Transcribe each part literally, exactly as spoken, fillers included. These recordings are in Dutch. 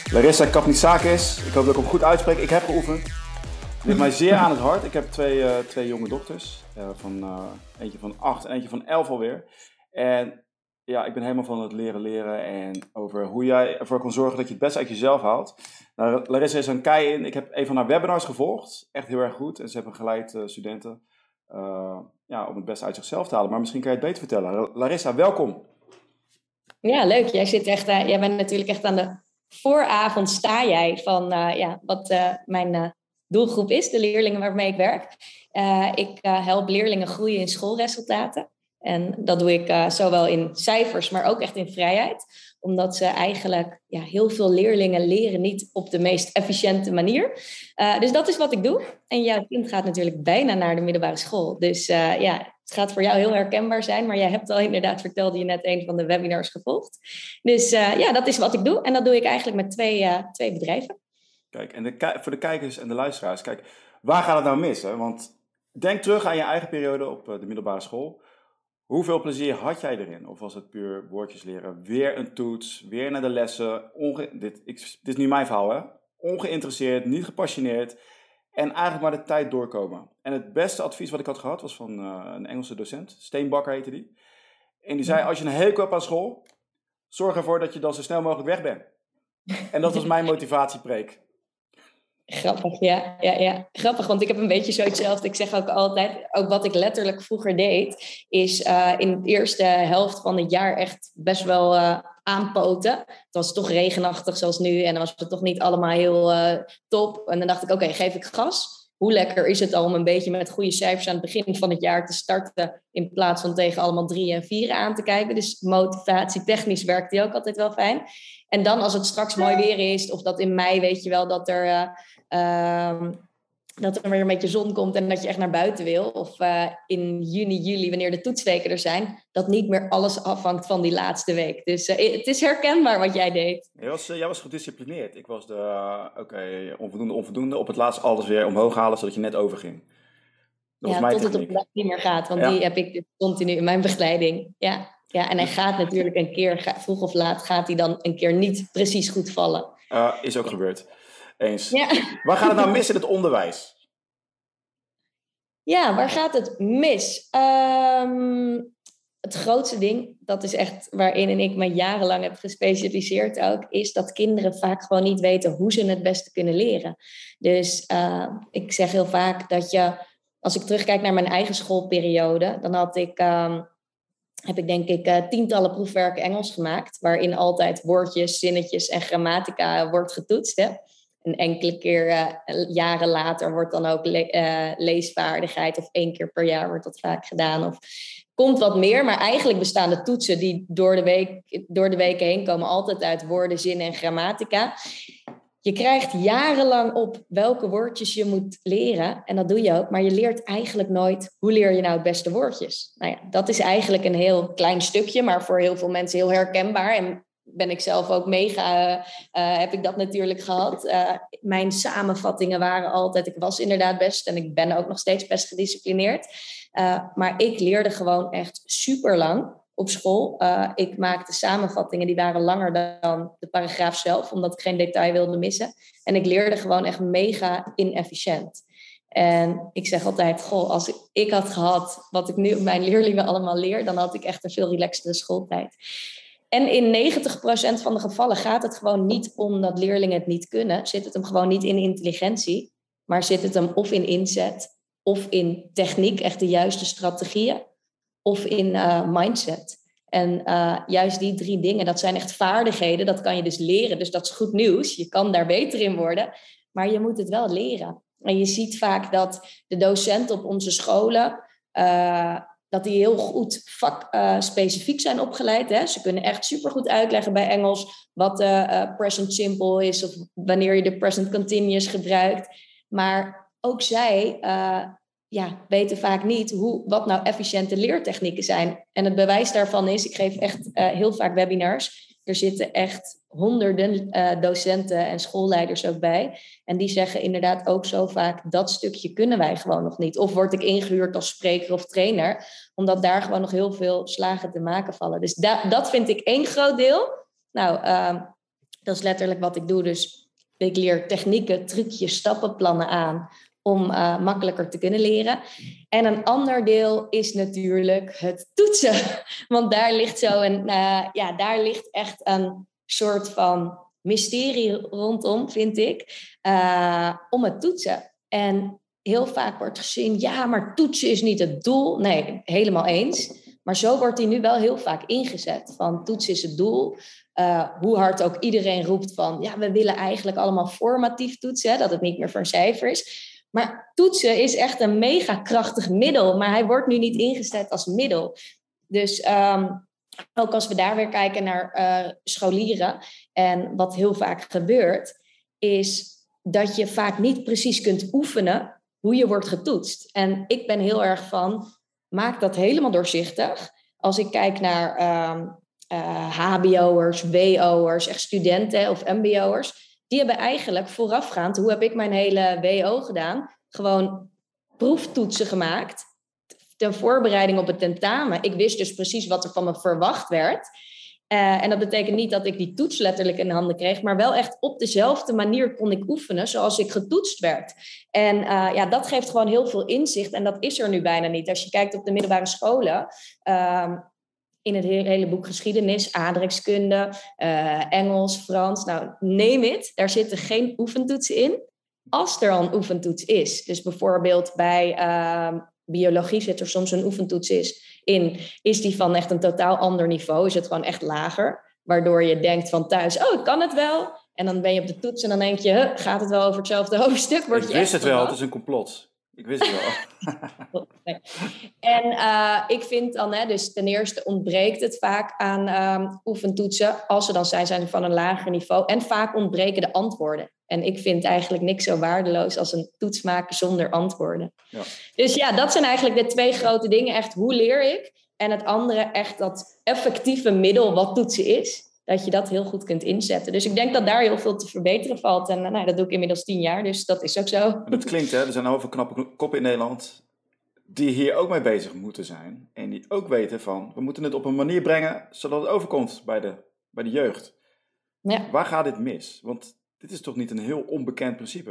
Larissa Kapnitsakis, ik hoop dat ik hem goed uitspreek. Ik heb geoefend. Het ligt mij zeer aan het hart. Ik heb twee, uh, twee jonge dochters. Uh, van, uh, eentje van acht en eentje van elf alweer. En ja, ik ben helemaal van het leren leren. En over hoe jij ervoor kan zorgen dat je het beste uit jezelf haalt. Nou, Larissa is een kei in. Ik heb een van haar webinars gevolgd. Echt heel erg goed. En ze hebben geleid uh, studenten uh, ja, om het beste uit zichzelf te halen. Maar misschien kan je het beter vertellen. Larissa, welkom. Ja, leuk. Jij, zit echt, uh, jij bent natuurlijk echt aan de vooravond sta jij van uh, ja, wat uh, mijn uh, doelgroep is, de leerlingen waarmee ik werk. Uh, ik uh, help leerlingen groeien in schoolresultaten. En dat doe ik uh, zowel in cijfers, maar ook echt in vrijheid. Omdat ze eigenlijk, ja, heel veel leerlingen leren niet op de meest efficiënte manier. Uh, dus dat is wat ik doe. En jouw kind gaat natuurlijk bijna naar de middelbare school. Dus uh, ja, het gaat voor jou heel herkenbaar zijn. Maar jij hebt al inderdaad, vertelde je net, een van de webinars gevolgd. Dus uh, ja, dat is wat ik doe. En dat doe ik eigenlijk met twee, uh, twee bedrijven. Kijk, en de, voor de kijkers en de luisteraars, kijk, waar gaat het nou mis? Hè? Want denk terug aan je eigen periode op de middelbare school. Hoeveel plezier had jij erin? Of was het puur woordjes leren? Weer een toets, weer naar de lessen. Onge- dit, ik, dit is nu mijn verhaal, hè? Ongeïnteresseerd, niet gepassioneerd. En eigenlijk maar de tijd doorkomen. En het beste advies wat ik had gehad was van uh, een Engelse docent. Steenbakker heette die. En die zei, als je een hekel hebt aan school, zorg ervoor dat je dan zo snel mogelijk weg bent. En dat was mijn motivatiepreek. Grappig, ja, ja, ja. Grappig, want ik heb een beetje zo hetzelfde. Ik zeg ook altijd, ook wat ik letterlijk vroeger deed, is uh, in de eerste helft van het jaar echt best wel uh, aanpoten. Het was toch regenachtig zoals nu en dan was het toch niet allemaal heel uh, top. En dan dacht ik, oké, okay, geef ik gas. Hoe lekker is het al om een beetje met goede cijfers aan het begin van het jaar te starten, in plaats van tegen allemaal drie en vier aan te kijken. Dus motivatie technisch werkt die ook altijd wel fijn. En dan als het straks mooi weer is, of dat in mei weet je wel dat er... Uh, Uh, dat er weer een beetje zon komt en dat je echt naar buiten wil. Of uh, in juni, juli, wanneer de toetsweken er zijn, dat niet meer alles afhangt van die laatste week. Dus uh, het is herkenbaar wat jij deed. Jij was, uh, jij was gedisciplineerd. Ik was de, uh, oké, okay, onvoldoende, onvoldoende. Op het laatst alles weer omhoog halen, zodat je net overging. Dat ja, was mijn tot techniek. het op de dag niet meer gaat, want ja. Die heb ik dus continu in mijn begeleiding. Ja, ja, en hij gaat natuurlijk een keer, vroeg of laat, gaat hij dan een keer niet precies goed vallen. Uh, is ook ja. gebeurd. Eens. Ja. Waar gaat het nou mis in het onderwijs? Ja, waar gaat het mis? Um, het grootste ding, dat is echt waarin en ik me jarenlang heb gespecialiseerd ook, is dat kinderen vaak gewoon niet weten hoe ze het beste kunnen leren. Dus uh, ik zeg heel vaak dat je, als ik terugkijk naar mijn eigen schoolperiode, dan had ik... Um, heb ik denk ik uh, tientallen proefwerken Engels gemaakt, waarin altijd woordjes, zinnetjes en grammatica wordt getoetst. Hè? En enkele keer, uh, jaren later, wordt dan ook le- uh, leesvaardigheid, of één keer per jaar wordt dat vaak gedaan. Of komt wat meer, maar eigenlijk bestaan de toetsen die door de, week, door de weken heen komen altijd uit woorden, zinnen en grammatica. Je krijgt jarenlang op welke woordjes je moet leren. En dat doe je ook. Maar je leert eigenlijk nooit, hoe leer je nou het beste woordjes? Nou ja, dat is eigenlijk een heel klein stukje, maar voor heel veel mensen heel herkenbaar. En ben ik zelf ook mega, uh, uh, heb ik dat natuurlijk gehad. Uh, mijn samenvattingen waren altijd, ik was inderdaad best en ik ben ook nog steeds best gedisciplineerd. Uh, maar ik leerde gewoon echt super lang op school. Uh, ik maakte samenvattingen die waren langer dan de paragraaf zelf, omdat ik geen detail wilde missen. En ik leerde gewoon echt mega inefficiënt. En ik zeg altijd, goh, als ik, ik had gehad wat ik nu op mijn leerlingen allemaal leer, dan had ik echt een veel relaxtere schooltijd. En in negentig procent van de gevallen gaat het gewoon niet om dat leerlingen het niet kunnen. Zit het hem gewoon niet in intelligentie, maar zit het hem of in inzet, of in techniek, echt de juiste strategieën, of in uh, mindset. En uh, juist die drie dingen, dat zijn echt vaardigheden. Dat kan je dus leren, dus dat is goed nieuws. Je kan daar beter in worden, maar je moet het wel leren. En je ziet vaak dat de docenten op onze scholen, Uh, dat die heel goed vakspecifiek uh, zijn opgeleid. Hè? Ze kunnen echt supergoed uitleggen bij Engels wat uh, uh, present simple is of wanneer je de present continuous gebruikt. Maar ook zij uh, ja, weten vaak niet hoe, wat nou efficiënte leertechnieken zijn. En het bewijs daarvan is, ik geef echt uh, heel vaak webinars. Er zitten echt honderden uh, docenten en schoolleiders ook bij. En die zeggen inderdaad ook zo vaak, dat stukje kunnen wij gewoon nog niet. Of word ik ingehuurd als spreker of trainer, omdat daar gewoon nog heel veel slagen te maken vallen. Dus da- dat vind ik één groot deel. Nou, uh, Dat is letterlijk wat ik doe. Dus ik leer technieken, trucjes, stappenplannen aan om uh, makkelijker te kunnen leren. En een ander deel is natuurlijk het toetsen. Want daar ligt zo een, uh, ja, daar ligt echt een soort van mysterie rondom, vind ik, uh, om het toetsen. En heel vaak wordt gezien, ja, maar toetsen is niet het doel. Nee, helemaal eens. Maar zo wordt die nu wel heel vaak ingezet. Van toetsen is het doel. Uh, hoe hard ook iedereen roept van, ja, we willen eigenlijk allemaal formatief toetsen. Hè, dat het niet meer voor een cijfer is. Maar toetsen is echt een mega krachtig middel. Maar hij wordt nu niet ingezet als middel. Dus um, ook als we daar weer kijken naar uh, scholieren. En wat heel vaak gebeurt, is dat je vaak niet precies kunt oefenen hoe je wordt getoetst. En ik ben heel erg van, maak dat helemaal doorzichtig. Als ik kijk naar um, uh, H B O'ers, W O'ers, echt studenten of M B O'ers... die hebben eigenlijk voorafgaand, hoe heb ik mijn hele W O gedaan? Gewoon proeftoetsen gemaakt ten voorbereiding op het tentamen. Ik wist dus precies wat er van me verwacht werd. Uh, en dat betekent niet dat ik die toets letterlijk in handen kreeg, maar wel echt op dezelfde manier kon ik oefenen zoals ik getoetst werd. En uh, ja, dat geeft gewoon heel veel inzicht en dat is er nu bijna niet. Als je kijkt op de middelbare scholen, uh, in het hele boek geschiedenis, aardrijkskunde, uh, Engels, Frans, nou, neem it. Daar zitten geen oefentoetsen in, als er al een oefentoets is. Dus bijvoorbeeld bij uh, biologie zit er soms een oefentoets is in. Is die van echt een totaal ander niveau? Is het gewoon echt lager? Waardoor je denkt van thuis, oh, ik kan het wel. En dan ben je op de toets en dan denk je, huh, gaat het wel over hetzelfde hoofdstuk? Word ik je wist het wel, verwacht? het is een complot. Ik wist het wel. Nee. En uh, ik vind dan, hè, dus ten eerste ontbreekt het vaak aan um, oefentoetsen. Als ze dan zijn, zijn ze van een lager niveau. En vaak ontbreken de antwoorden. En ik vind eigenlijk niks zo waardeloos als een toets maken zonder antwoorden. Ja. Dus ja, dat zijn eigenlijk de twee grote dingen. Echt, hoe leer ik? En het andere, echt dat effectieve middel wat toetsen is. Dat je dat heel goed kunt inzetten. Dus ik denk dat daar heel veel te verbeteren valt. En nou, dat doe ik inmiddels tien jaar, dus dat is ook zo. En dat klinkt, hè, er zijn heel veel knappe koppen in Nederland die hier ook mee bezig moeten zijn. En die ook weten van, we moeten het op een manier brengen zodat het overkomt bij de, bij de jeugd. Ja. Waar gaat dit mis? Want dit is toch niet een heel onbekend principe?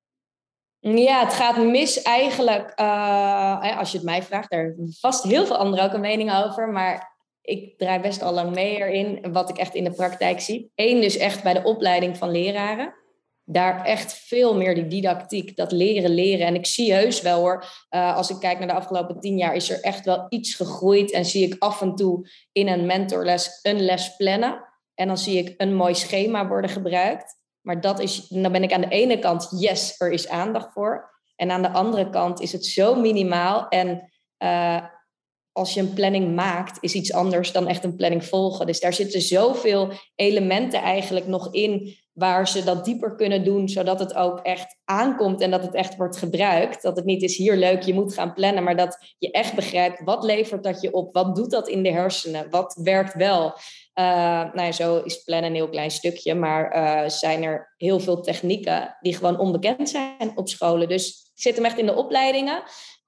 Ja, het gaat mis eigenlijk, uh, als je het mij vraagt, daar vast heel veel anderen ook een mening over, maar ik draai best al lang mee erin, wat ik echt in de praktijk zie. Eén, dus echt bij de opleiding van leraren. Daar echt veel meer die didactiek, dat leren leren. En ik zie heus wel hoor, uh, als ik kijk naar de afgelopen tien jaar, is er echt wel iets gegroeid. En zie ik af en toe in een mentorles een les plannen. En dan zie ik een mooi schema worden gebruikt. Maar dat is, dan ben ik aan de ene kant, yes, er is aandacht voor. En aan de andere kant is het zo minimaal. En uh, als je een planning maakt, is iets anders dan echt een planning volgen. Dus daar zitten zoveel elementen eigenlijk nog in, waar ze dat dieper kunnen doen, zodat het ook echt aankomt en dat het echt wordt gebruikt. Dat het niet is hier leuk, je moet gaan plannen, maar dat je echt begrijpt, wat levert dat je op? Wat doet dat in de hersenen? Wat werkt wel? Uh, nou ja, zo is plannen een heel klein stukje, maar uh, zijn er heel veel technieken die gewoon onbekend zijn op scholen. Dus ik zit hem echt in de opleidingen.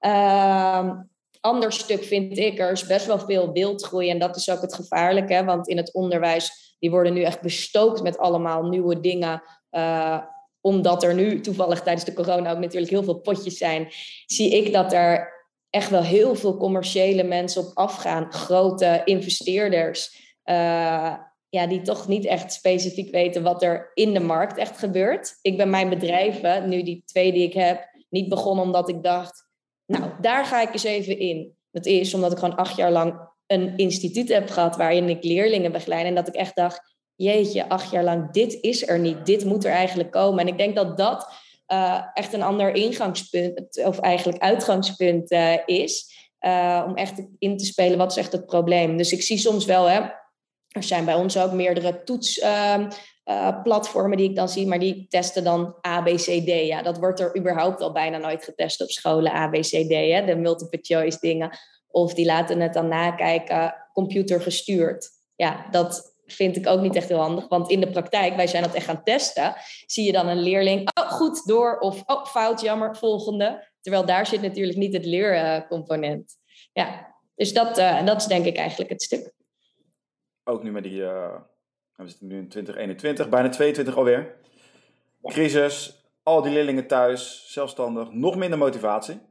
Uh, ander stuk vind ik, er is best wel veel wildgroei en dat is ook het gevaarlijke, want in het onderwijs, die worden nu echt bestookt met allemaal nieuwe dingen, uh, omdat er nu toevallig tijdens de corona ook natuurlijk heel veel potjes zijn, zie ik dat er echt wel heel veel commerciële mensen op afgaan, grote investeerders, uh, ja, die toch niet echt specifiek weten wat er in de markt echt gebeurt. Ik ben mijn bedrijven, nu die twee die ik heb, niet begonnen omdat ik dacht, nou, daar ga ik eens even in. Dat is omdat ik gewoon acht jaar lang een instituut heb gehad waarin ik leerlingen begeleid. En dat ik echt dacht, jeetje, acht jaar lang, dit is er niet. Dit moet er eigenlijk komen. En ik denk dat dat uh, echt een ander ingangspunt, of eigenlijk uitgangspunt uh, is. Uh, om echt in te spelen, wat is echt het probleem. Dus ik zie soms wel, hè, er zijn bij ons ook meerdere toets... Uh, Uh, platformen die ik dan zie, maar die testen dan A, B, C, D. Ja, dat wordt er überhaupt al bijna nooit getest op scholen, A, B, C, D, hè? De multiple choice dingen. Of die laten het dan nakijken, computergestuurd. Ja, dat vind ik ook niet echt heel handig, want in de praktijk, wij zijn dat echt gaan testen, zie je dan een leerling, oh, goed, door, of oh, fout, jammer, volgende. Terwijl daar zit natuurlijk niet het leercomponent. Ja, dus dat, uh, dat is denk ik eigenlijk het stuk. Ook nu met die... Uh... we zitten nu in twintig eenentwintig, bijna tweeëntwintig alweer. Crisis, al die leerlingen thuis, zelfstandig, nog minder motivatie.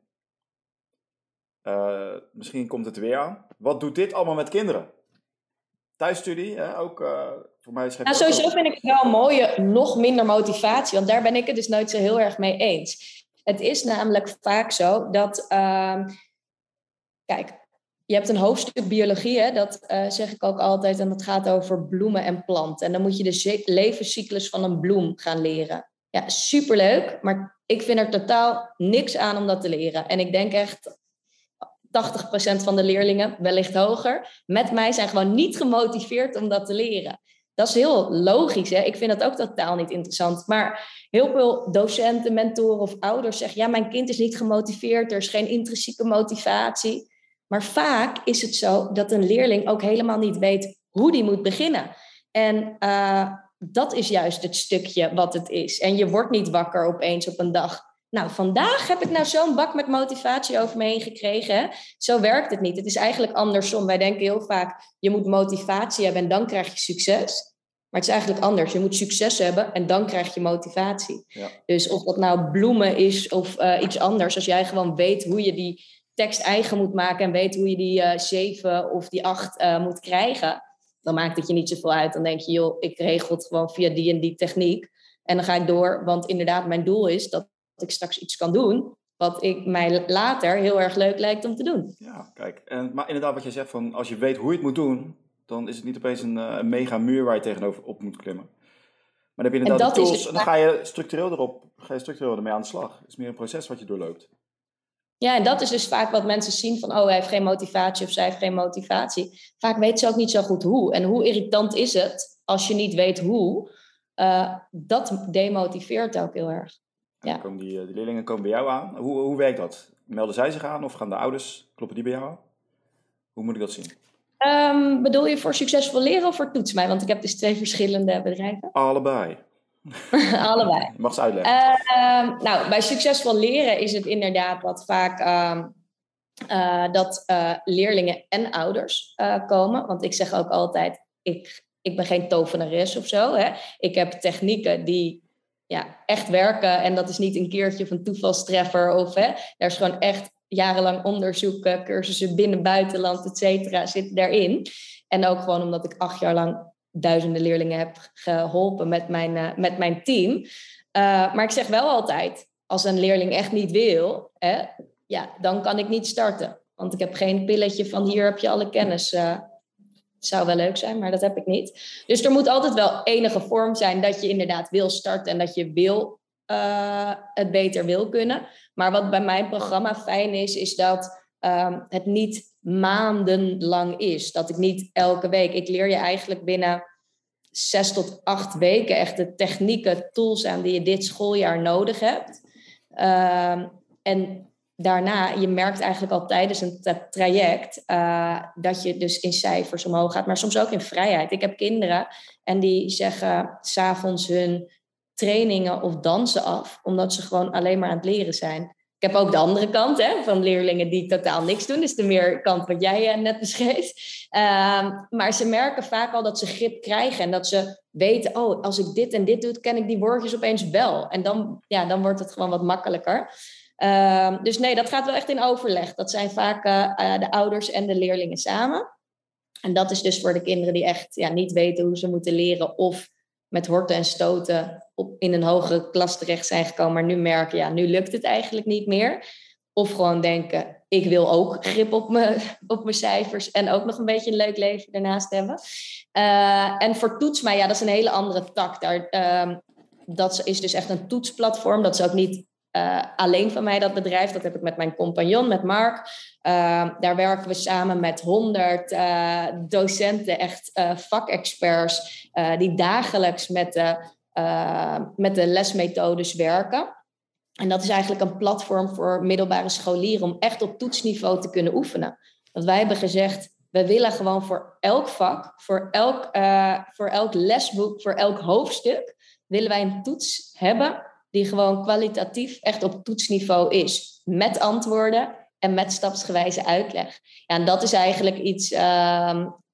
Uh, misschien komt het er weer aan. Wat doet dit allemaal met kinderen? Thuisstudie, hè? Ook uh, voor mij schrijf nou, sowieso over. Vind ik het wel een mooie, nog minder motivatie. Want daar ben ik het dus nooit zo heel erg mee eens. Het is namelijk vaak zo dat... Uh, kijk, je hebt een hoofdstuk biologie, hè? Dat uh, zeg ik ook altijd. En dat gaat over bloemen en planten. En dan moet je de levenscyclus van een bloem gaan leren. Ja, superleuk. Maar ik vind er totaal niks aan om dat te leren. En ik denk echt... tachtig procent van de leerlingen, wellicht hoger, met mij zijn gewoon niet gemotiveerd om dat te leren. Dat is heel logisch, hè? Ik vind dat ook totaal niet interessant. Maar heel veel docenten, mentoren of ouders zeggen... ja, mijn kind is niet gemotiveerd, er is geen intrinsieke motivatie. Maar vaak is het zo dat een leerling ook helemaal niet weet hoe die moet beginnen. En uh, dat is juist het stukje wat het is. En je wordt niet wakker opeens op een dag... nou, vandaag heb ik nou zo'n bak met motivatie over me heen gekregen. Hè? Zo werkt het niet. Het is eigenlijk andersom. Wij denken heel vaak, je moet motivatie hebben en dan krijg je succes. Maar het is eigenlijk anders. Je moet succes hebben en dan krijg je motivatie. Ja. Dus of dat nou bloemen is of uh, iets anders. Als jij gewoon weet hoe je die tekst eigen moet maken... en weet hoe je die uh, zeven of die acht uh, moet krijgen... dan maakt het je niet zoveel uit. Dan denk je, joh, ik regel het gewoon via die en die techniek. En dan ga ik door. Want inderdaad, mijn doel is dat... dat ik straks iets kan doen, wat ik mij later heel erg leuk lijkt om te doen. Ja, kijk. En, maar inderdaad wat je zegt, van als je weet hoe je het moet doen, dan is het niet opeens een, een mega muur waar je tegenop op moet klimmen. Maar dan heb je inderdaad de tools dus en dan ga je structureel erop, ga je structureel ermee aan de slag. Het is meer een proces wat je doorloopt. Ja, en dat is dus vaak wat mensen zien van, oh, hij heeft geen motivatie of zij heeft geen motivatie. Vaak weten ze ook niet zo goed hoe. En hoe irritant is het als je niet weet hoe? Uh, dat demotiveert ook heel erg. Ja. Dan komen die, die leerlingen komen bij jou aan. Hoe, hoe werkt dat? Melden zij zich aan of gaan de ouders, kloppen die bij jou aan? Hoe moet ik dat zien? Um, bedoel je voor succesvol leren of voor Toets mij? Want ik heb dus twee verschillende bedrijven. Allebei. Allebei. Je mag ze uitleggen. Uh, nou, bij succesvol leren is het inderdaad wat vaak uh, uh, dat uh, leerlingen en ouders uh, komen. Want ik zeg ook altijd, ik, ik ben geen tovenares of zo. Hè? Ik heb technieken die... ja, echt werken. En dat is niet een keertje van toevalstreffer. Of, hè, daar is gewoon echt jarenlang onderzoek, cursussen binnen, buitenland, et cetera, zit daarin. En ook gewoon omdat ik acht jaar lang duizenden leerlingen heb geholpen met mijn, uh, met mijn team. Uh, maar ik zeg wel altijd, als een leerling echt niet wil, hè, ja, dan kan ik niet starten. Want ik heb geen pilletje van hier heb je alle kennis. Uh, Het zou wel leuk zijn, maar dat heb ik niet. Dus er moet altijd wel enige vorm zijn dat je inderdaad wil starten en dat je wil, uh, het beter wil kunnen. Maar wat bij mijn programma fijn is, is dat um, het niet maandenlang is. Dat ik niet elke week... Ik leer je eigenlijk binnen zes tot acht weken echt de technieken, tools aan die je dit schooljaar nodig hebt. Um, en... Daarna, je merkt eigenlijk al tijdens een tra- traject uh, dat je dus in cijfers omhoog gaat, maar soms ook in vrijheid. Ik heb kinderen en die zeggen 's avonds hun trainingen of dansen af, omdat ze gewoon alleen maar aan het leren zijn. Ik heb ook de andere kant, hè, van leerlingen die totaal niks doen. Dus de meer kant wat jij uh, net beschreef. Uh, maar ze merken vaak al dat ze grip krijgen en dat ze weten, oh, als ik dit en dit doe, ken ik die woordjes opeens wel. En dan, ja, dan wordt het gewoon wat makkelijker. Uh, dus nee, dat gaat wel echt in overleg. Dat zijn vaak uh, de ouders en de leerlingen samen. En dat is dus voor de kinderen die echt ja, niet weten hoe ze moeten leren of met horten en stoten op, in een hogere klas terecht zijn gekomen, maar nu merken, ja, nu lukt het eigenlijk niet meer. Of gewoon denken, ik wil ook grip op mijn, op mijn cijfers en ook nog een beetje een leuk leven daarnaast hebben. Uh, en voor Toets mij, ja, dat is een hele andere tak. Daar, uh, dat is dus echt een toetsplatform. Dat is ook niet uh, alleen van mij, dat bedrijf. Dat heb ik met mijn compagnon, met Mark. Uh, daar werken we samen met honderd uh, docenten, echt uh, vakexperts, uh, die dagelijks met de, uh, met de lesmethodes werken. En dat is eigenlijk een platform voor middelbare scholieren om echt op toetsniveau te kunnen oefenen. Want wij hebben gezegd, we willen gewoon voor elk vak, voor elk, uh, voor elk lesboek, voor elk hoofdstuk, willen wij een toets hebben die gewoon kwalitatief echt op toetsniveau is. Met antwoorden en met stapsgewijze uitleg. Ja, en dat is eigenlijk iets uh,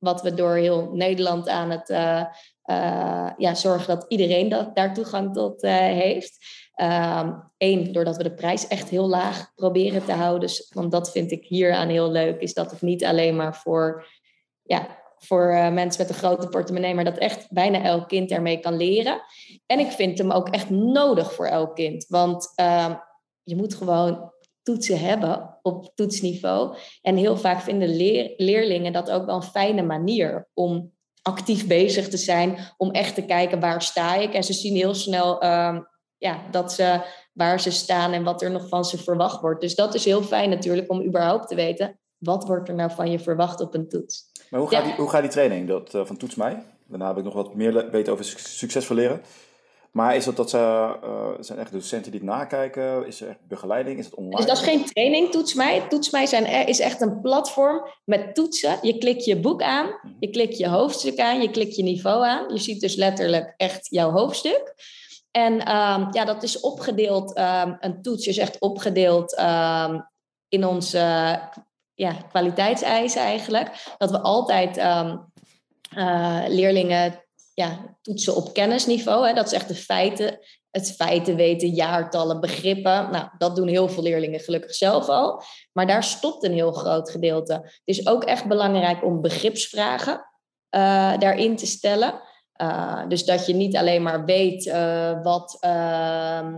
wat we door heel Nederland aan het uh, uh, ja, zorgen dat iedereen dat, daar toegang tot uh, heeft. Eén, um, doordat we de prijs echt heel laag proberen te houden. Dus, want dat vind ik hieraan heel leuk, is dat het niet alleen maar voor, ja, voor uh, mensen met een grote portemonnee, maar dat echt bijna elk kind ermee kan leren. En ik vind hem ook echt nodig voor elk kind. Want uh, je moet gewoon toetsen hebben op toetsniveau. En heel vaak vinden leer, leerlingen dat ook wel een fijne manier om actief bezig te zijn, om echt te kijken waar sta ik. En ze zien heel snel uh, ja, dat ze, waar ze staan en wat er nog van ze verwacht wordt. Dus dat is heel fijn natuurlijk om überhaupt te weten, wat wordt er nou van je verwacht op een toets. Maar hoe gaat, ja. die, hoe gaat die training dat, uh, van Toets mij? Daarna heb ik nog wat meer weten over succesvol leren. Maar is dat dat ze, uh, zijn echt docenten die het nakijken? Is er echt begeleiding? Is het online? Dus dat is geen training, Toets mij. Toets mij zijn, is echt een platform met toetsen. Je klikt je boek aan, je klikt je hoofdstuk aan, je klikt je niveau aan. Je ziet dus letterlijk echt jouw hoofdstuk. En um, ja, dat is opgedeeld, um, een toets is echt opgedeeld um, in onze uh, ja, kwaliteitseisen eigenlijk. Dat we altijd um, uh, leerlingen ja, toetsen op kennisniveau. Hè. Dat is echt de feiten, het feiten weten, jaartallen, begrippen. Nou, dat doen heel veel leerlingen gelukkig zelf al. Maar daar stopt een heel groot gedeelte. Het is ook echt belangrijk om begripsvragen uh, daarin te stellen. Uh, dus dat je niet alleen maar weet uh, wat uh,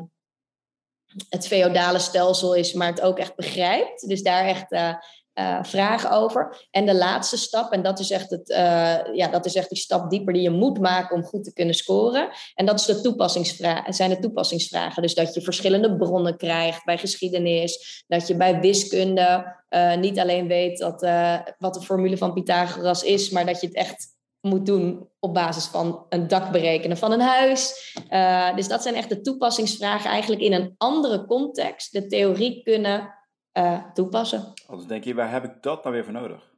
het feodale stelsel is, maar het ook echt begrijpt. Dus daar echt uh, uh, vragen over. En de laatste stap, en dat is, echt het, uh, ja, dat is echt die stap dieper die je moet maken om goed te kunnen scoren. En dat is de toepassingsvragen, zijn de toepassingsvragen. Dus dat je verschillende bronnen krijgt bij geschiedenis. Dat je bij wiskunde uh, niet alleen weet dat, uh, wat de formule van Pythagoras is, maar dat je het echt moet doen op basis van een dak berekenen van een huis. Uh, dus dat zijn echt de toepassingsvragen eigenlijk in een andere context de theorie kunnen uh, toepassen. Dus denk je, waar heb ik dat nou weer voor nodig?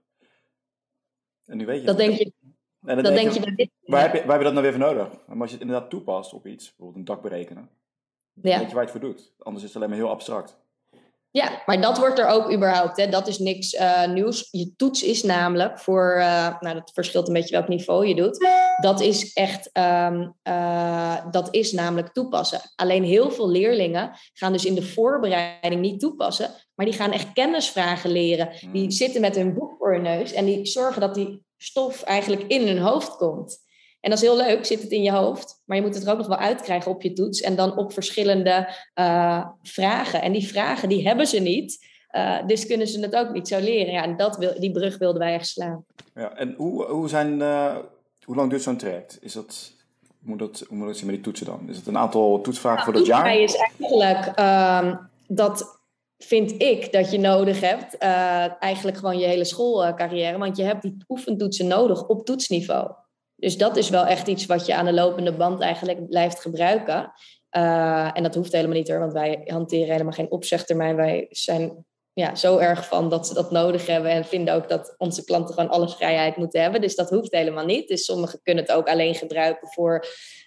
En nu weet je dat het. denk je. En dan dat denk denk je, je, bij dit. Waar heb je, waar heb je dat nou weer voor nodig? Maar als je het inderdaad toepast op iets, bijvoorbeeld een dak berekenen, dan Ja. weet je waar je het voor doet. Anders is het alleen maar heel abstract. Ja, maar dat wordt er ook überhaupt. Hè. Dat is niks uh, nieuws. Je toets is namelijk voor, uh, nou dat verschilt een beetje welk niveau je doet. Dat is echt, um, uh, dat is namelijk toepassen. Alleen heel veel leerlingen gaan dus in de voorbereiding niet toepassen, maar die gaan echt kennisvragen leren. Hmm. Die zitten met hun boek voor hun neus en die zorgen dat die stof eigenlijk in hun hoofd komt. En dat is heel leuk, zit het in je hoofd. Maar je moet het er ook nog wel uitkrijgen op je toets. En dan op verschillende uh, vragen. En die vragen, die hebben ze niet. Uh, dus kunnen ze het ook niet zo leren. Ja, en dat wil, die brug wilden wij echt slaan. Ja, en hoe, hoe, zijn, uh, hoe lang duurt zo'n traject? Is dat, hoe moet dat, hoe moet dat zien met die toetsen dan? Is het een aantal toetsvragen nou, voor dat jaar? Is eigenlijk, uh, dat vind ik dat je nodig hebt. Uh, eigenlijk gewoon je hele schoolcarrière. Want je hebt die oefentoetsen nodig op toetsniveau. Dus dat is wel echt iets wat je aan de lopende band eigenlijk blijft gebruiken. Uh, en dat hoeft helemaal niet hoor, want wij hanteren helemaal geen opzegtermijn. Wij zijn ja, zo erg van dat ze dat nodig hebben en vinden ook dat onze klanten gewoon alle vrijheid moeten hebben. Dus dat hoeft helemaal niet. Dus sommigen kunnen het ook alleen gebruiken voor,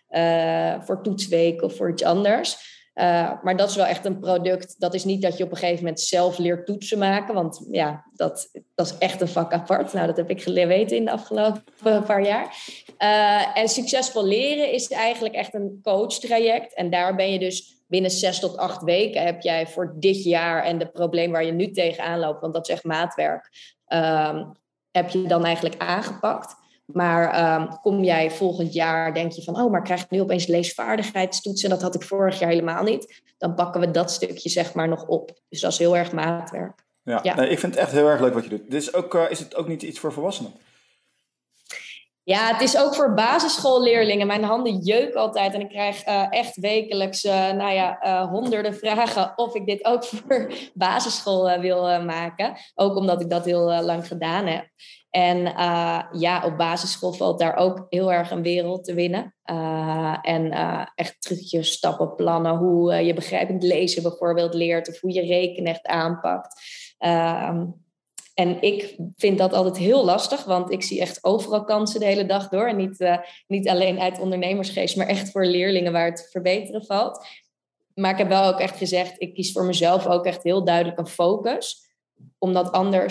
uh, voor toetsweek of voor iets anders. Uh, maar dat is wel echt een product. Dat is niet dat je op een gegeven moment zelf leert toetsen maken. Want ja, dat, dat is echt een vak apart. Nou, dat heb ik geweten in de afgelopen paar jaar. Uh, en succesvol leren is eigenlijk echt een coachtraject. En daar ben je dus binnen zes tot acht weken heb jij voor dit jaar en de probleem waar je nu tegenaan loopt, want dat is echt maatwerk, uh, heb je dan eigenlijk aangepakt. Maar um, kom jij volgend jaar, denk je van, oh, maar krijg ik nu opeens leesvaardigheidstoetsen? Dat had ik vorig jaar helemaal niet. Dan pakken we dat stukje zeg maar nog op. Dus dat is heel erg maatwerk. Ja, ja. Nee, ik vind het echt heel erg leuk wat je doet. Dit is, ook, uh, is het ook niet iets voor volwassenen? Ja, het is ook voor basisschoolleerlingen. Mijn handen jeuken altijd en ik krijg uh, echt wekelijks uh, nou ja, uh, honderden vragen of ik dit ook voor basisschool uh, wil uh, maken. Ook omdat ik dat heel uh, lang gedaan heb. En uh, ja, op basisschool valt daar ook heel erg een wereld te winnen. Uh, en uh, echt trucjes, stappen, plannen, hoe uh, je begrijpend lezen bijvoorbeeld leert of hoe je rekenen echt aanpakt. Uh, En ik vind dat altijd heel lastig, want ik zie echt overal kansen de hele dag door. En niet, uh, niet alleen uit ondernemersgeest, maar echt voor leerlingen waar het te verbeteren valt. Maar ik heb wel ook echt gezegd, ik kies voor mezelf ook echt heel duidelijk een focus. Omdat anders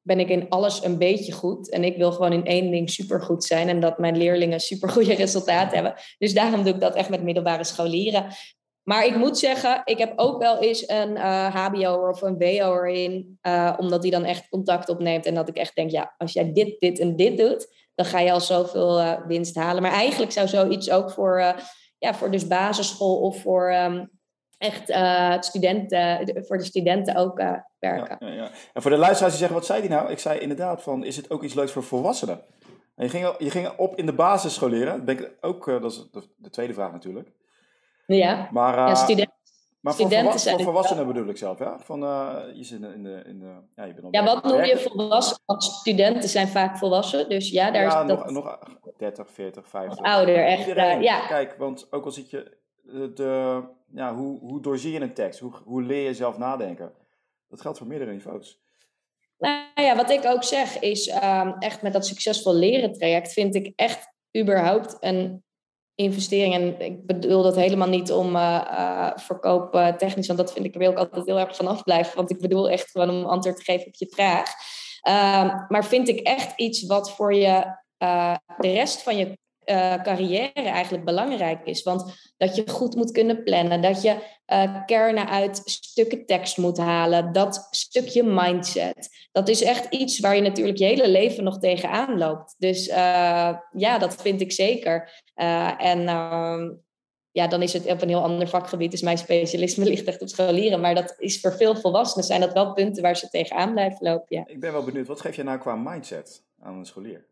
ben ik in alles een beetje goed. En ik wil gewoon in één ding supergoed zijn. En dat mijn leerlingen supergoeie resultaten hebben. Dus daarom doe ik dat echt met middelbare scholieren. Maar ik moet zeggen, ik heb ook wel eens een uh, H B O'er of een W O'er in. Uh, omdat die dan echt contact opneemt. En dat ik echt denk, ja, als jij dit, dit en dit doet, dan ga je al zoveel uh, winst halen. Maar eigenlijk zou zoiets ook voor, uh, ja, voor dus basisschool of voor um, echt uh, studenten, voor de studenten ook uh, werken. Ja, ja, ja. En voor de luisteraars die zeggen, wat zei die nou? Ik zei inderdaad van, is het ook iets leuks voor volwassenen? En je, ging, je ging op in de basisscholieren. Dat ben ik ook, uh, dat is de, de tweede vraag natuurlijk. Ja, maar, uh, ja studenten. Maar voor, volwa- voor volwassenen bedoel ik zelf, ja? Van, uh, je zit in de... In de ja, je bent ja, wat noem je volwassen? Want studenten zijn vaak volwassen, dus ja, daar ja, is nog, dat... nog dertig, veertig, vijftig. Ouder, echt, Iedereen, uh, ja. Kijk, want ook al zit je... De, de, ja, hoe, hoe doorzie je een tekst? Hoe, hoe leer je zelf nadenken? Dat geldt voor meerdere niveaus. Nou ja, wat ik ook zeg is... Um, echt met dat succesvol leren traject... vind ik echt überhaupt een... investering. En ik bedoel dat helemaal niet om uh, uh, verkoop uh, technisch, want dat vind ik, er wil ik altijd heel erg van afblijven. Want ik bedoel echt gewoon om antwoord te geven op je vraag. Uh, maar vind ik echt iets wat voor je uh, de rest van je uh, carrière eigenlijk belangrijk is. Want dat je goed moet kunnen plannen, dat je uh, kernen uit stukken tekst moet halen, dat stukje mindset. Dat is echt iets waar je natuurlijk je hele leven nog tegenaan loopt. Dus uh, ja, dat vind ik zeker. Uh, en uh, ja, dan is het op een heel ander vakgebied. Dus mijn specialisme ligt echt op scholieren. Maar dat is voor veel volwassenen zijn dat wel punten waar ze tegenaan blijven lopen. Ja. Ik ben wel benieuwd, wat geef je nou qua mindset aan een scholier?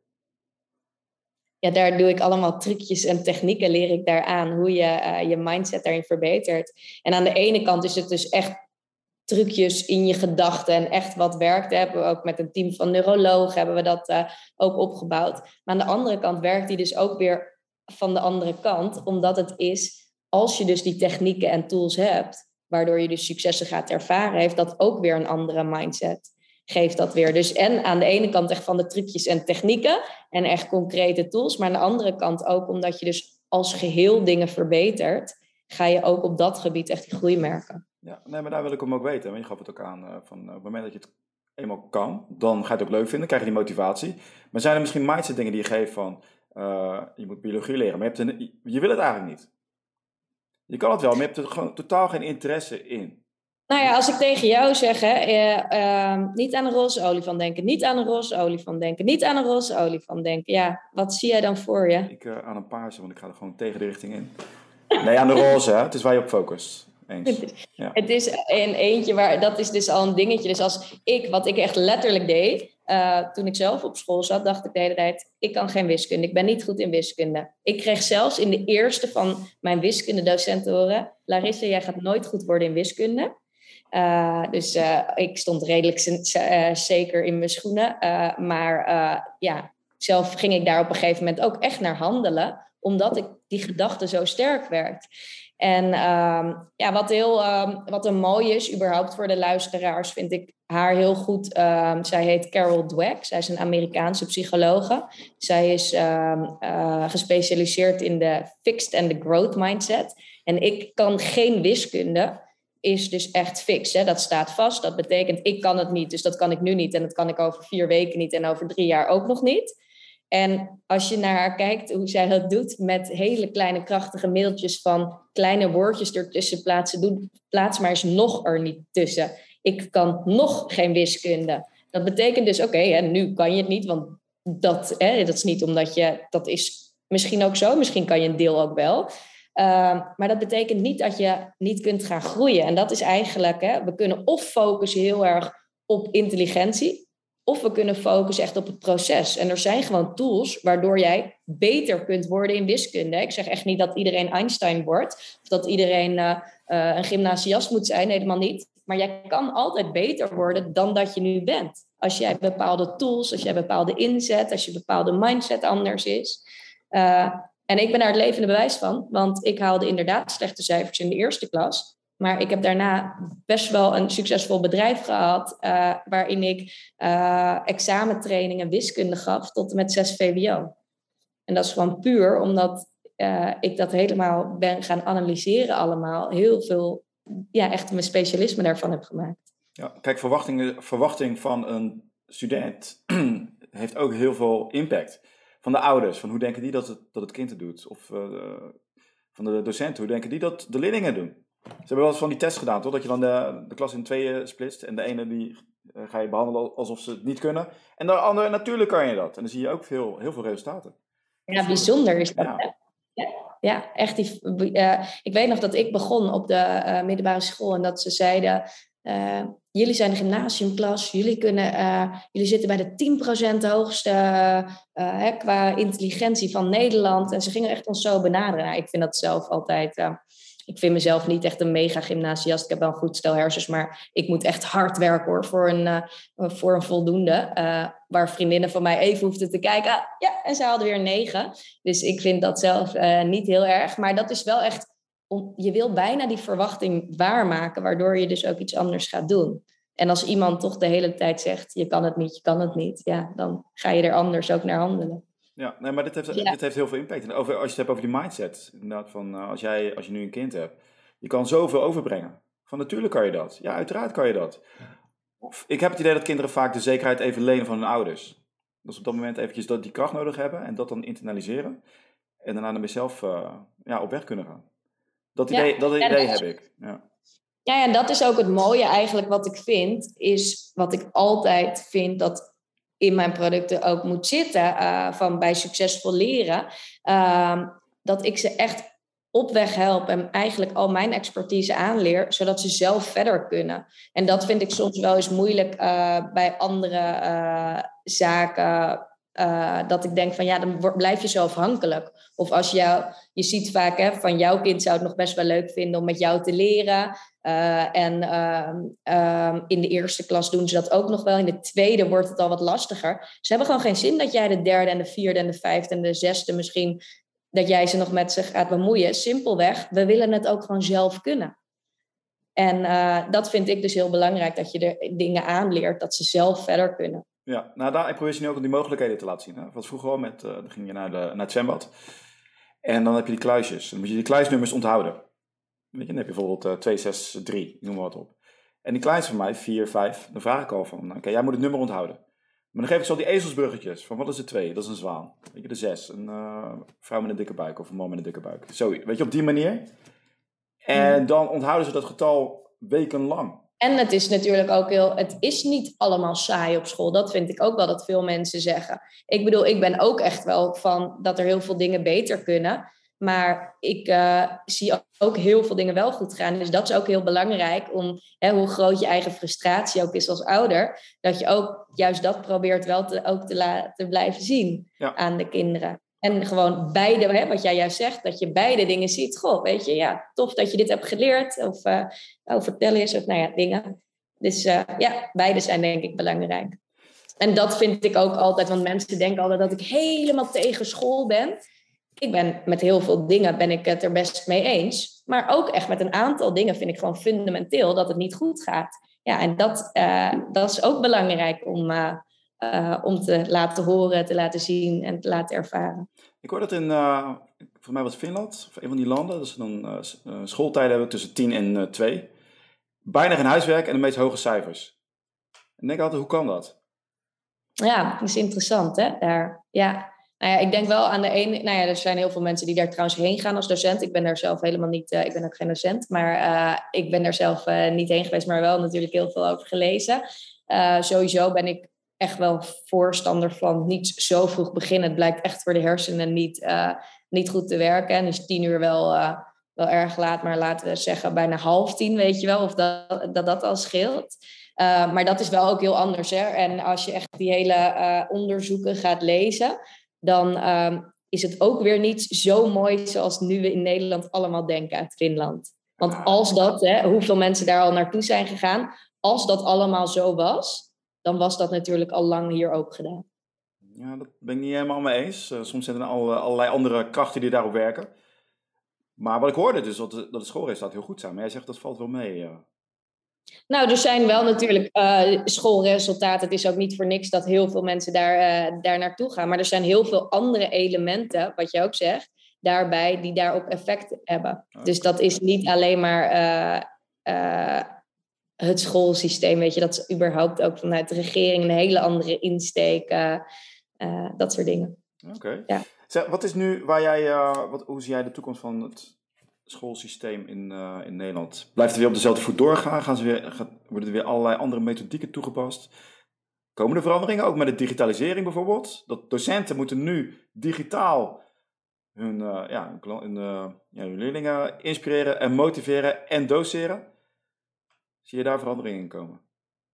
Ja, daar doe ik allemaal trucjes en technieken leer ik daaraan. Hoe je uh, je mindset daarin verbetert. En aan de ene kant is het dus echt trucjes in je gedachten en echt wat werkt. Hebben we ook met een team van neurologen hebben we dat uh, ook opgebouwd. Maar aan de andere kant werkt die dus ook weer van de andere kant. Omdat het is, als je dus die technieken en tools hebt, waardoor je dus successen gaat ervaren, heeft dat ook weer een andere mindset. Geeft dat weer. Dus en aan de ene kant echt van de trucjes en technieken en echt concrete tools. Maar aan de andere kant ook omdat je dus als geheel dingen verbetert, ga je ook op dat gebied echt die groei merken. Ja, nee, maar daar wil ik hem ook weten. Want je gaf het ook aan, uh, van, uh, op het moment dat je het eenmaal kan, dan ga je het ook leuk vinden, krijg je die motivatie. Maar zijn er misschien mindset dingen die je geeft van, uh, je moet biologie leren, maar je, hebt een, je wil het eigenlijk niet. Je kan het wel, maar je hebt er gewoon totaal geen interesse in. Nou ja, als ik tegen jou zeg, hè, uh, uh, niet aan een roze olifant denken, niet aan een roze olifant denken, niet aan een roze olifant denken. Ja, wat zie jij dan voor je? Ik uh, aan een paarse, want ik ga er gewoon tegen de richting in. Nee, aan de roze, hè? Het is waar je op focust. Eens. Ja. Het is een eentje waar, dat is dus al een dingetje. Dus als ik, wat ik echt letterlijk deed, uh, toen ik zelf op school zat, dacht ik de hele tijd, ik kan geen wiskunde, ik ben niet goed in wiskunde. Ik kreeg zelfs in de eerste van mijn wiskundedocent te horen, Larissa, jij gaat nooit goed worden in wiskunde. Uh, dus uh, ik stond redelijk uh, zeker in mijn schoenen. Uh, maar uh, ja, zelf ging ik daar op een gegeven moment ook echt naar handelen, omdat ik die gedachte zo sterk werd. En uh, ja, wat, heel, uh, wat een mooi is, überhaupt voor de luisteraars, vind ik haar heel goed. Uh, zij heet Carol Dweck. Zij is een Amerikaanse psychologe. Zij is uh, uh, gespecialiseerd in de fixed and the growth mindset. En ik kan geen wiskunde, is dus echt fix. Hè? Dat staat vast. Dat betekent, ik kan het niet, dus dat kan ik nu niet. En dat kan ik over vier weken niet en over drie jaar ook nog niet. En als je naar haar kijkt, hoe zij dat doet met hele kleine krachtige mailtjes van kleine woordjes ertussen plaatsen, doe, plaats maar eens nog er niet tussen. Ik kan nog geen wiskunde. Dat betekent dus, oké, okay, nu kan je het niet, want dat, hè, dat is niet omdat je, dat is misschien ook zo, misschien kan je een deel ook wel. Uh, maar dat betekent niet dat je niet kunt gaan groeien. En dat is eigenlijk, hè, we kunnen of focussen heel erg op intelligentie, of we kunnen focussen echt op het proces. En er zijn gewoon tools waardoor jij beter kunt worden in wiskunde. Ik zeg echt niet dat iedereen Einstein wordt, of dat iedereen uh, uh, een gymnasiast moet zijn, helemaal niet. Maar jij kan altijd beter worden dan dat je nu bent. Als jij bepaalde tools, als jij bepaalde inzet, als je bepaalde mindset anders is. Uh, En ik ben daar het levende bewijs van, want ik haalde inderdaad slechte cijfers in de eerste klas. Maar ik heb daarna best wel een succesvol bedrijf gehad, uh, waarin ik uh, examentrainingen wiskunde gaf tot en met zes V W O. En dat is gewoon puur omdat uh, ik dat helemaal ben gaan analyseren allemaal. Heel veel, ja, echt mijn specialisme daarvan heb gemaakt. Ja, kijk, verwachting, verwachting van een student heeft ook heel veel impact. Van de ouders, van hoe denken die dat het, dat het kind het doet? Of uh, van de docenten, hoe denken die dat de leerlingen doen? Ze hebben wel eens van die test gedaan, toch? Dat je dan de, de klas in tweeën splitst. En de ene die uh, ga je behandelen alsof ze het niet kunnen. En de andere, natuurlijk kan je dat. En dan zie je ook veel, heel veel resultaten. Ja, bijzonder is dat. Ja. Ja, ja, echt. Die, uh, ik weet nog dat ik begon op de uh, middelbare school en dat ze zeiden... Uh, jullie zijn een gymnasiumklas, jullie, kunnen, uh, jullie zitten bij de tien procent hoogste uh, hè, qua intelligentie van Nederland. En ze gingen echt ons zo benaderen. Nou, ik vind dat zelf altijd... Uh, ik vind mezelf niet echt een mega gymnasiast. Ik heb wel een goed stel hersens, maar ik moet echt hard werken hoor, voor een, uh, voor een voldoende. Uh, waar vriendinnen van mij even hoefden te kijken. Ah, ja, en ze hadden weer een negen. Dus ik vind dat zelf uh, niet heel erg. Maar dat is wel echt... Om, je wil bijna die verwachting waarmaken, waardoor je dus ook iets anders gaat doen. En als iemand toch de hele tijd zegt, je kan het niet, je kan het niet, ja, dan ga je er anders ook naar handelen. Ja, nee, maar dit heeft, ja. dit heeft heel veel impact. En over, als je het hebt over die mindset, inderdaad, van uh, als, jij, als je nu een kind hebt, je kan zoveel overbrengen. Van natuurlijk kan je dat. Ja, uiteraard kan je dat. Of, ik heb het idee dat kinderen vaak de zekerheid even lenen van hun ouders. Dus op dat moment eventjes dat die kracht nodig hebben en dat dan internaliseren. En daarna naar zelf uh, ja, op weg kunnen gaan. Dat idee, ja, dat idee ja, dat heb ik. Ja. Ja, en dat is ook het mooie eigenlijk wat ik vind, is wat ik altijd vind dat in mijn producten ook moet zitten, uh, van bij succesvol leren, uh, dat ik ze echt op weg help en eigenlijk al mijn expertise aanleer, zodat ze zelf verder kunnen. En dat vind ik soms wel eens moeilijk uh, bij andere uh, zaken. Uh, dat ik denk van ja, dan blijf je zo afhankelijk. Of als jou, je ziet vaak hè, van jouw kind zou het nog best wel leuk vinden om met jou te leren. Uh, en uh, uh, in de eerste klas doen ze dat ook nog wel. In de tweede wordt het al wat lastiger. Ze hebben gewoon geen zin dat jij de derde en de vierde en de vijfde en de zesde misschien, dat jij ze nog met ze gaat bemoeien. Simpelweg, we willen het ook gewoon zelf kunnen. En uh, dat vind ik dus heel belangrijk, dat je er dingen aanleert, dat ze zelf verder kunnen. Ja, nou daar, ik probeer je nu ook om die mogelijkheden te laten zien. Hè? Wat vroeger al, met, uh, dan ging je naar, de, naar het zwembad. En dan heb je die kluisjes. Dan moet je die kluisnummers onthouden. Weet je, dan heb je bijvoorbeeld uh, twee, zes, drie, noem maar wat op. En die kleinste van mij, vier, vijf, dan vraag ik al van, oké, okay, jij moet het nummer onthouden. Maar dan geef ik zo die ezelsbruggetjes, van wat is de twee? Dat is een zwaan. Weet je, de zes, een uh, vrouw met een dikke buik of een man met een dikke buik. Zo, weet je, op die manier. En dan onthouden ze dat getal wekenlang. En het is natuurlijk ook heel, het is niet allemaal saai op school. Dat vind ik ook wel dat veel mensen zeggen. Ik bedoel, ik ben ook echt wel van dat er heel veel dingen beter kunnen. Maar ik uh, zie ook heel veel dingen wel goed gaan. Dus dat is ook heel belangrijk om, hè, hoe groot je eigen frustratie ook is als ouder, dat je ook juist dat probeert wel te, ook te, la- te blijven zien ja. aan de kinderen. En gewoon beide, hè, wat jij juist zegt, dat je beide dingen ziet. Goh, weet je, ja, tof dat je dit hebt geleerd. Of uh, oh, vertel eens, of nou ja, dingen. Dus uh, ja, beide zijn denk ik belangrijk. En dat vind ik ook altijd, want mensen denken altijd dat ik helemaal tegen school ben. Ik ben met heel veel dingen ben ik het er best mee eens. Maar ook echt met een aantal dingen vind ik gewoon fundamenteel dat het niet goed gaat. Ja, en dat, uh, dat is ook belangrijk om... Uh, Uh, om te laten horen, te laten zien en te laten ervaren. Ik hoor dat in, uh, voor mij was Finland, of een van die landen, dat ze dan uh, schooltijden hebben tussen tien en twee. Bijna geen huiswerk en de meest hoge cijfers. En ik denk altijd, hoe kan dat? Ja, dat is interessant hè, daar. Ja. Nou ja, ik denk wel aan de ene... Nou ja, er zijn heel veel mensen die daar trouwens heen gaan als docent. Ik ben daar zelf helemaal niet... Uh, ik ben ook geen docent, maar uh, ik ben daar zelf uh, niet heen geweest, maar wel natuurlijk heel veel over gelezen. Uh, sowieso ben ik echt wel voorstander van niet zo vroeg beginnen. Het blijkt echt voor de hersenen niet, uh, niet goed te werken. En dus tien uur wel, uh, wel erg laat, maar laten we zeggen bijna half tien, weet je wel, of dat dat, dat al scheelt. Uh, maar dat is wel ook heel anders. Hè? En als je echt die hele uh, onderzoeken gaat lezen, dan uh, is het ook weer niet zo mooi zoals nu we in Nederland allemaal denken uit Finland. Want als dat, hè, hoeveel mensen daar al naartoe zijn gegaan, als dat allemaal zo was, dan was dat natuurlijk al lang hier ook gedaan. Ja, dat ben ik niet helemaal mee eens. Uh, soms zijn er al, uh, allerlei andere krachten die daarop werken. Maar wat ik hoorde dus, dat de, dat de schoolresultaten heel goed zijn. Maar jij zegt dat valt wel mee. Uh. Nou, er zijn wel natuurlijk uh, schoolresultaten. Het is ook niet voor niks dat heel veel mensen daar, uh, daar naartoe gaan. Maar er zijn heel veel andere elementen, wat je ook zegt, daarbij die daarop effect hebben. Oh. Dus dat is niet alleen maar... Uh, uh, het schoolsysteem, weet je, dat is überhaupt ook vanuit de regering een hele andere insteek, uh, uh, dat soort dingen. Oké. Okay. Ja. Zeg, wat is nu waar jij, uh, wat, hoe zie jij de toekomst van het schoolsysteem in, uh, in Nederland? Blijft het weer op dezelfde voet doorgaan? Gaan ze weer, gaat, worden er weer allerlei andere methodieken toegepast? Komen er veranderingen ook met de digitalisering bijvoorbeeld? Dat docenten moeten nu digitaal hun, uh, ja, hun, uh, ja, hun leerlingen inspireren en motiveren en doseren. Zie je daar veranderingen in komen?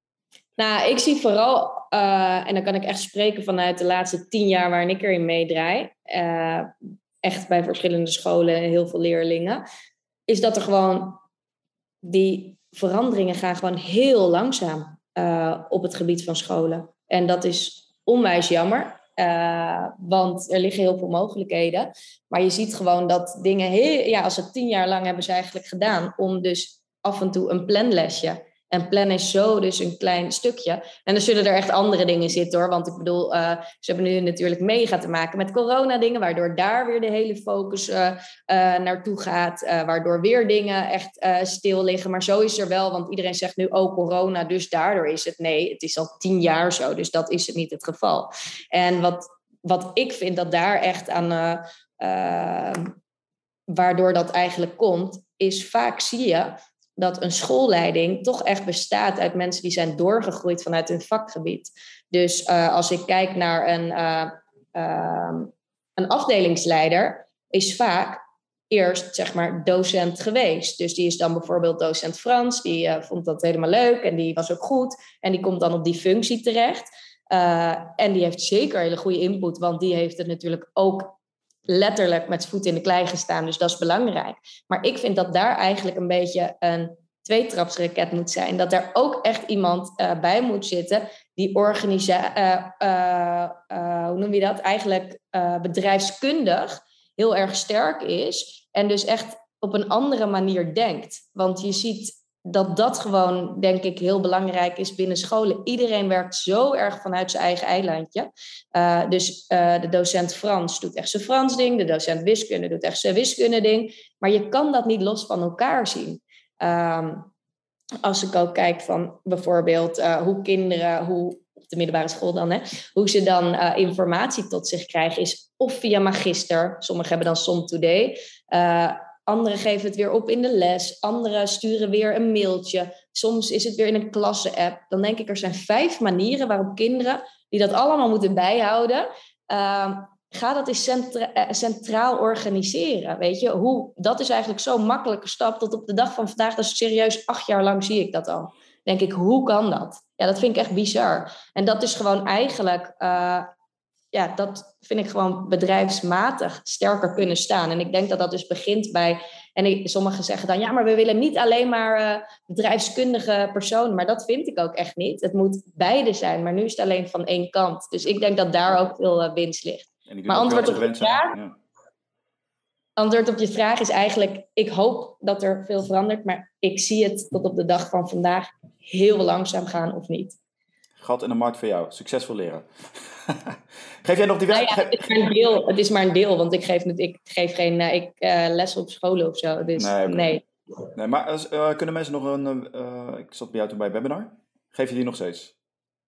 Nou, ik zie vooral, uh, en dan kan ik echt spreken vanuit de laatste tien jaar waarin ik erin meedraai, uh, echt bij verschillende scholen, heel veel leerlingen, is dat er gewoon, die veranderingen gaan gewoon heel langzaam uh, op het gebied van scholen. En dat is onwijs jammer, uh, want er liggen heel veel mogelijkheden. Maar je ziet gewoon dat dingen, heel, ja, als ze tien jaar lang hebben ze eigenlijk gedaan om dus af en toe een planlesje. En plan is zo dus een klein stukje. En dan zullen er echt andere dingen zitten hoor. Want ik bedoel, uh, ze hebben nu natuurlijk mega te maken met corona dingen. Waardoor daar weer de hele focus uh, uh, naartoe gaat. Uh, waardoor weer dingen echt uh, stil liggen. Maar zo is er wel. Want iedereen zegt nu, oh corona, dus daardoor is het. Nee, het is al tien jaar zo. Dus dat is het niet het geval. En wat, wat ik vind dat daar echt aan... Uh, uh, waardoor dat eigenlijk komt, is vaak zie je dat een schoolleiding toch echt bestaat uit mensen die zijn doorgegroeid vanuit hun vakgebied. Dus uh, als ik kijk naar een, uh, uh, een afdelingsleider, is vaak eerst zeg maar docent geweest. Dus die is dan bijvoorbeeld docent Frans, die uh, vond dat helemaal leuk en die was ook goed. En die komt dan op die functie terecht. Uh, en die heeft zeker hele goede input, want die heeft het natuurlijk ook letterlijk met z'n voet in de klei gestaan. Dus dat is belangrijk. Maar ik vind dat daar eigenlijk een beetje een tweetrapsraket moet zijn. Dat er ook echt iemand uh, bij moet zitten die organisatie, uh, uh, uh, hoe noem je dat? Eigenlijk uh, bedrijfskundig heel erg sterk is. En dus echt op een andere manier denkt. Want je ziet dat dat gewoon, denk ik, heel belangrijk is binnen scholen. Iedereen werkt zo erg vanuit zijn eigen eilandje. Uh, dus uh, de docent Frans doet echt zijn Frans ding. De docent wiskunde doet echt zijn wiskunde ding. Maar je kan dat niet los van elkaar zien. Um, als ik ook kijk van bijvoorbeeld uh, hoe kinderen, hoe, op de middelbare school dan, hè, hoe ze dan uh, informatie tot zich krijgen, is of via magister. Sommigen hebben dan Som Today. Uh, Anderen geven het weer op in de les. Anderen sturen weer een mailtje. Soms is het weer in een klasse-app. Dan denk ik, er zijn vijf manieren waarop kinderen die dat allemaal moeten bijhouden. Uh, ga dat eens centra- centraal organiseren. Weet je? Hoe, dat is eigenlijk zo'n makkelijke stap. Tot op de dag van vandaag, dat is serieus acht jaar lang zie ik dat al. Denk ik, hoe kan dat? Ja, dat vind ik echt bizar. En dat is gewoon eigenlijk... Uh, ja, dat vind ik gewoon bedrijfsmatig sterker kunnen staan. En ik denk dat dat dus begint bij... En ik, sommigen zeggen dan, ja, maar we willen niet alleen maar uh, bedrijfskundige personen. Maar dat vind ik ook echt niet. Het moet beide zijn, maar nu is het alleen van één kant. Dus ik denk dat daar ook veel uh, winst ligt. Maar antwoord op, je vraag, ja. antwoord op je vraag is eigenlijk... Ik hoop dat er veel verandert, maar ik zie het tot op de dag van vandaag heel langzaam gaan of niet. Gat in de markt voor jou. Succesvol leren. Geef jij nog die werk? Nou ja, het, is maar een deel, het is maar een deel, want ik geef, ik geef geen ik, uh, les op scholen of zo. Dus nee. Okay. nee. nee maar uh, kunnen mensen nog een... Uh, ik zat bij jou toen bij webinar. Geef je die nog steeds?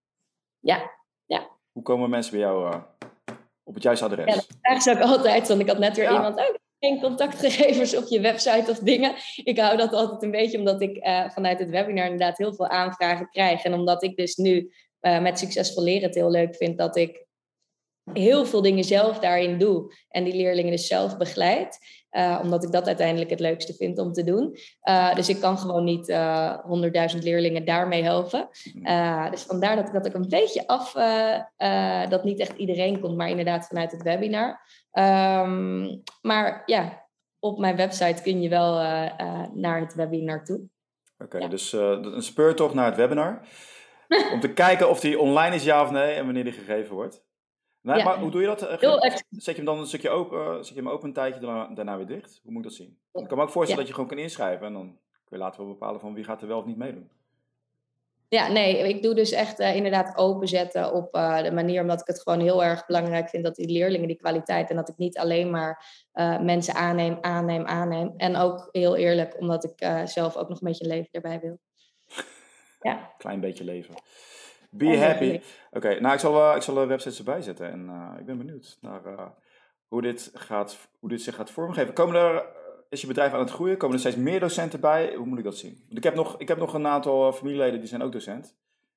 Ja, ja. Hoe komen mensen bij jou uh, op het juiste adres? Ja, dat vraag ze ook altijd. Want ik had net weer ja. iemand... Oh, geen contactgegevens op je website of dingen. Ik hou dat altijd een beetje omdat ik uh, vanuit het webinar inderdaad heel veel aanvragen krijg. En omdat ik dus nu uh, met Succesvol Leren het heel leuk vind dat ik heel veel dingen zelf daarin doe. En die leerlingen dus zelf begeleid. Uh, omdat ik dat uiteindelijk het leukste vind om te doen. Uh, dus ik kan gewoon niet uh, honderdduizend leerlingen daarmee helpen. Uh, dus vandaar dat ik dat ook een beetje af... Uh, uh, dat niet echt iedereen komt, maar inderdaad vanuit het webinar. Um, maar ja, op mijn website kun je wel uh, uh, naar het webinar toe. Oké, okay, ja. dus uh, een speurtocht naar het webinar. Om te kijken of die online is, ja of nee, en wanneer die gegeven wordt. Nee, ja. Maar hoe doe je dat? Zet je hem dan een stukje open, zet je hem open een tijdje, daarna, daarna weer dicht? Hoe moet ik dat zien? Ik kan me ook voorstellen ja. dat je gewoon kan inschrijven en dan kun je later wel bepalen van wie gaat er wel of niet meedoen. Ja, nee, ik doe dus echt uh, inderdaad openzetten op uh, de manier, omdat ik het gewoon heel erg belangrijk vind dat die leerlingen die kwaliteit en dat ik niet alleen maar uh, mensen aanneem, aanneem, aanneem. En ook heel eerlijk, omdat ik uh, zelf ook nog een beetje leven erbij wil. Ja. Klein beetje leven. Be happy. Oké, okay, nou ik zal, uh, ik zal de websites erbij zetten en uh, ik ben benieuwd naar uh, hoe, dit gaat, hoe dit zich gaat vormgeven. Komen er, uh, is je bedrijf aan het groeien? Komen er steeds meer docenten bij? Hoe moet ik dat zien? Want ik heb nog, ik heb nog een aantal familieleden die zijn ook docent.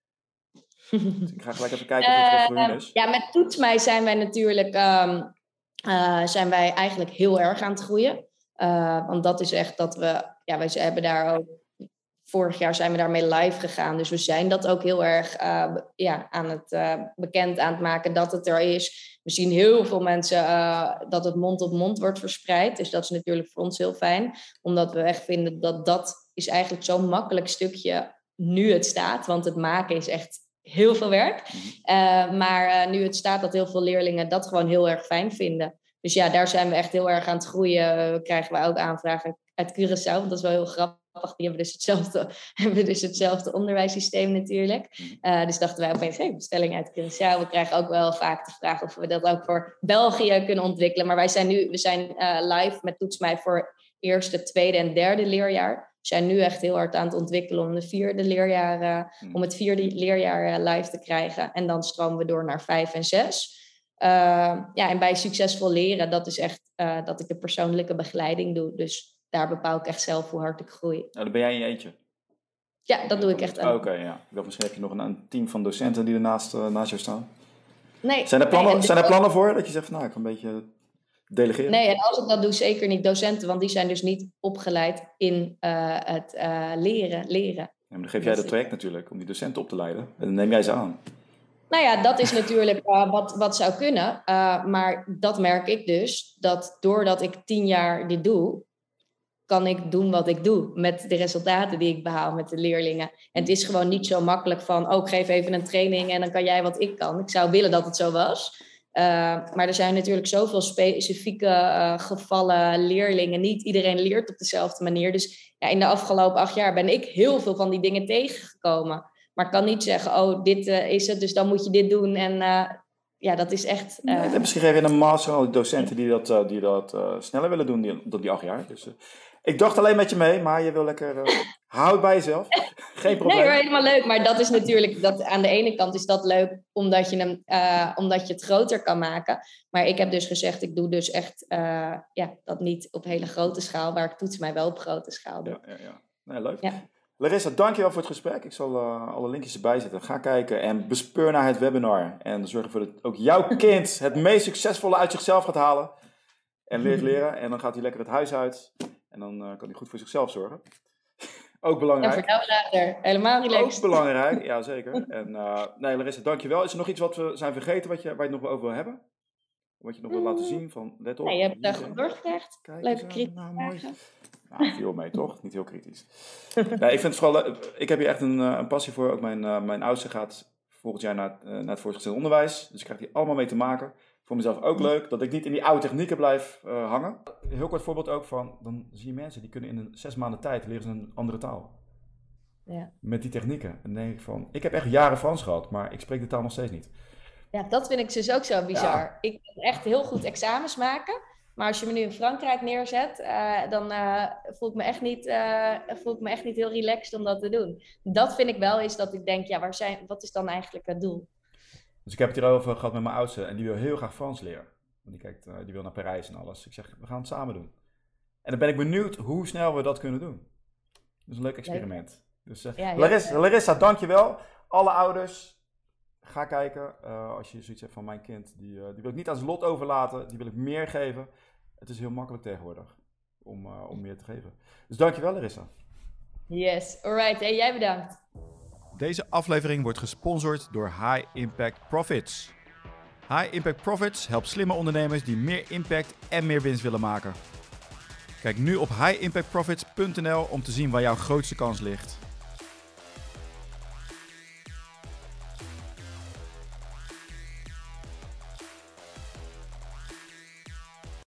Dus ik ga gelijk even kijken of het wat voor hun is. Uh, ja, met Toetsmij zijn wij natuurlijk um, uh, zijn wij eigenlijk heel erg aan het groeien. Uh, want dat is echt dat we, ja, wij hebben daar ook, vorig jaar zijn we daarmee live gegaan. Dus we zijn dat ook heel erg uh, ja, aan het uh, bekend aan het maken dat het er is. We zien heel veel mensen uh, dat het mond op mond wordt verspreid. Dus dat is natuurlijk voor ons heel fijn. Omdat we echt vinden dat dat is eigenlijk zo'n makkelijk stukje nu het staat. Want het maken is echt heel veel werk. Uh, maar uh, nu het staat dat heel veel leerlingen dat gewoon heel erg fijn vinden. Dus ja, daar zijn we echt heel erg aan het groeien. Uh, krijgen we ook aanvragen uit Curaçao. Want dat is wel heel grappig. Die hebben dus hetzelfde, hebben dus hetzelfde onderwijssysteem natuurlijk. Uh, dus dachten wij opeens, hey, bestelling uit Curaçao. We krijgen ook wel vaak de vraag of we dat ook voor België kunnen ontwikkelen. Maar wij zijn nu we zijn, uh, live met Toetsmij voor eerste, tweede en derde leerjaar. We zijn nu echt heel hard aan het ontwikkelen om, de vierde leerjaar, uh, om het vierde leerjaar uh, live te krijgen. En dan stromen we door naar vijf en zes. Uh, ja, en bij succesvol leren, dat is echt uh, dat ik de persoonlijke begeleiding doe. Dus daar bepaal ik echt zelf hoe hard ik groei. Nou, dan ben jij in je eentje? Ja, dat doe ik echt. Oké, okay, ja. Ik dacht, misschien heb je nog een, een team van docenten die ernaast uh, naast jou staan. Nee. Zijn er plannen, nee, zijn er plannen voor? Dat je zegt, van, nou, ik kan een beetje delegeren? Nee, en als ik dat doe, zeker niet docenten. Want die zijn dus niet opgeleid in uh, het uh, leren. leren. Ja, maar dan geef jij dat traject natuurlijk, om die docenten op te leiden. En dan neem jij ze aan. Nou ja, dat is natuurlijk uh, wat, wat zou kunnen. Uh, maar dat merk ik dus. Dat doordat ik tien jaar dit doe, kan ik doen wat ik doe met de resultaten die ik behaal met de leerlingen. En het is gewoon niet zo makkelijk van, oh, ik geef even een training en dan kan jij wat ik kan. Ik zou willen dat het zo was. Uh, maar er zijn natuurlijk zoveel specifieke uh, gevallen leerlingen. Niet iedereen leert op dezelfde manier. Dus ja, in de afgelopen acht jaar ben ik heel veel van die dingen tegengekomen. Maar ik kan niet zeggen, oh, dit uh, is het, dus dan moet je dit doen. En uh, ja, dat is echt... Uh... Nee, misschien geef je een master aan docenten die dat, uh, die dat uh, sneller willen doen dan die, die acht jaar. Dus uh, ik dacht alleen met je mee, maar je wil lekker... Uh, houd bij jezelf. Geen probleem. Nee hoor, helemaal leuk. Maar dat is natuurlijk... Dat, aan de ene kant is dat leuk omdat je, hem, uh, omdat je het groter kan maken. Maar ik heb dus gezegd, ik doe dus echt uh, ja, dat niet op hele grote schaal. Waar ik Toetsmij wel op grote schaal doe. Ja, ja, ja. Nee, leuk. Ja. Larissa, dankjewel voor het gesprek. Ik zal uh, alle linkjes erbij zetten. Ga kijken en bespeur naar het webinar. En zorg ervoor dat ook jouw kind het meest succesvolle uit zichzelf gaat halen. En leert leren. En dan gaat hij lekker het huis uit. En dan uh, kan hij goed voor zichzelf zorgen. Ook belangrijk. En voor jou later. Helemaal relaxed. Ook belangrijk, ja zeker. En uh, nee, Larissa, dankjewel. Is er nog iets wat we zijn vergeten wat je, waar je het nog over wil hebben? Wat je nog wil laten zien? Van, let op. Nee, je hebt het goed doorgelegd. Leuke kritiek. Nou, mooi. Nou, viel mee toch? Niet heel kritisch. Nee, ik vind het vooral leuk. Ik heb hier echt een, een passie voor. Ook mijn, uh, mijn oudste gaat volgend jaar naar, uh, naar het voortgezet onderwijs. Dus ik krijg hier allemaal mee te maken. Voor mezelf ook leuk dat ik niet in die oude technieken blijf uh, hangen. Een heel kort voorbeeld ook van, dan zie je mensen die kunnen in een zes maanden tijd leren ze een andere taal. Ja. Met die technieken. En dan denk ik van, ik heb echt jaren Frans gehad, maar ik spreek de taal nog steeds niet. Ja, dat vind ik dus ook zo bizar. Ja. Ik kan echt heel goed examens maken. Maar als je me nu in Frankrijk neerzet, uh, dan uh, voel, ik me echt niet, uh, voel ik me echt niet heel relaxed om dat te doen. Dat vind ik wel eens dat ik denk, ja, waar zijn, wat is dan eigenlijk het doel? Dus ik heb het hierover gehad met mijn oudste en die wil heel graag Frans leren. Want die, kijkt, uh, die wil naar Parijs en alles. Ik zeg, we gaan het samen doen. En dan ben ik benieuwd hoe snel we dat kunnen doen. Dus een leuk experiment. Leuk. Dus uh, ja, Larissa, Larissa, dankjewel. Alle ouders, ga kijken. Uh, als je zoiets hebt van mijn kind, die, uh, die wil ik niet aan zijn lot overlaten. Die wil ik meer geven. Het is heel makkelijk tegenwoordig om, uh, om meer te geven. Dus dankjewel, Larissa. Yes, alright. Hey, jij bedankt. Deze aflevering wordt gesponsord door High Impact Profits. High Impact Profits helpt slimme ondernemers die meer impact en meer winst willen maken. Kijk nu op high impact profits punt n l om te zien waar jouw grootste kans ligt.